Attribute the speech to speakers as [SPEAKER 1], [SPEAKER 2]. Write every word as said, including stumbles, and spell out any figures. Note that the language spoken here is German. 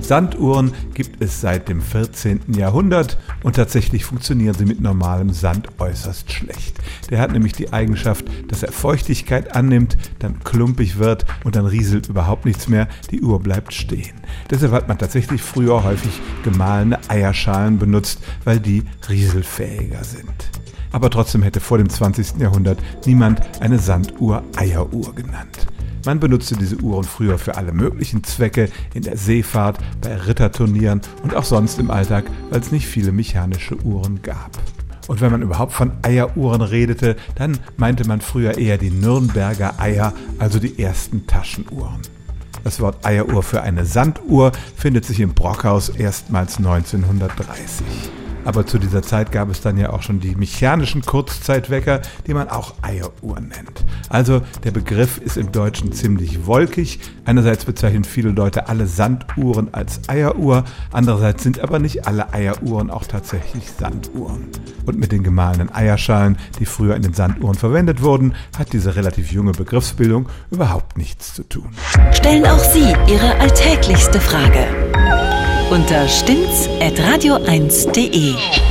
[SPEAKER 1] Sanduhren gibt es seit dem vierzehnten Jahrhundert und tatsächlich funktionieren sie mit normalem Sand äußerst schlecht. Der hat nämlich die Eigenschaft, dass er Feuchtigkeit annimmt, dann klumpig wird und dann rieselt überhaupt nichts mehr, die Uhr bleibt stehen. Deshalb hat man tatsächlich früher häufig gemahlene Eierschalen benutzt, weil die rieselfähiger sind. Aber trotzdem hätte vor dem zwanzigsten Jahrhundert niemand eine Sanduhr Eieruhr genannt. Man benutzte diese Uhren früher für alle möglichen Zwecke, in der Seefahrt, bei Ritterturnieren und auch sonst im Alltag, weil es nicht viele mechanische Uhren gab. Und wenn man überhaupt von Eieruhren redete, dann meinte man früher eher die Nürnberger Eier, also die ersten Taschenuhren. Das Wort Eieruhr für eine Sanduhr findet sich im Brockhaus erstmals neunzehnhundertdreißig. Aber zu dieser Zeit gab es dann ja auch schon die mechanischen Kurzzeitwecker, die man auch Eieruhr nennt. Also der Begriff ist im Deutschen ziemlich wolkig. Einerseits bezeichnen viele Leute alle Sanduhren als Eieruhr, andererseits sind aber nicht alle Eieruhren auch tatsächlich Sanduhren. Und mit den gemahlenen Eierschalen, die früher in den Sanduhren verwendet wurden, hat diese relativ junge Begriffsbildung überhaupt nichts zu tun.
[SPEAKER 2] Stellen auch Sie Ihre alltäglichste Frage unter stimmt's at radio eins punkt de.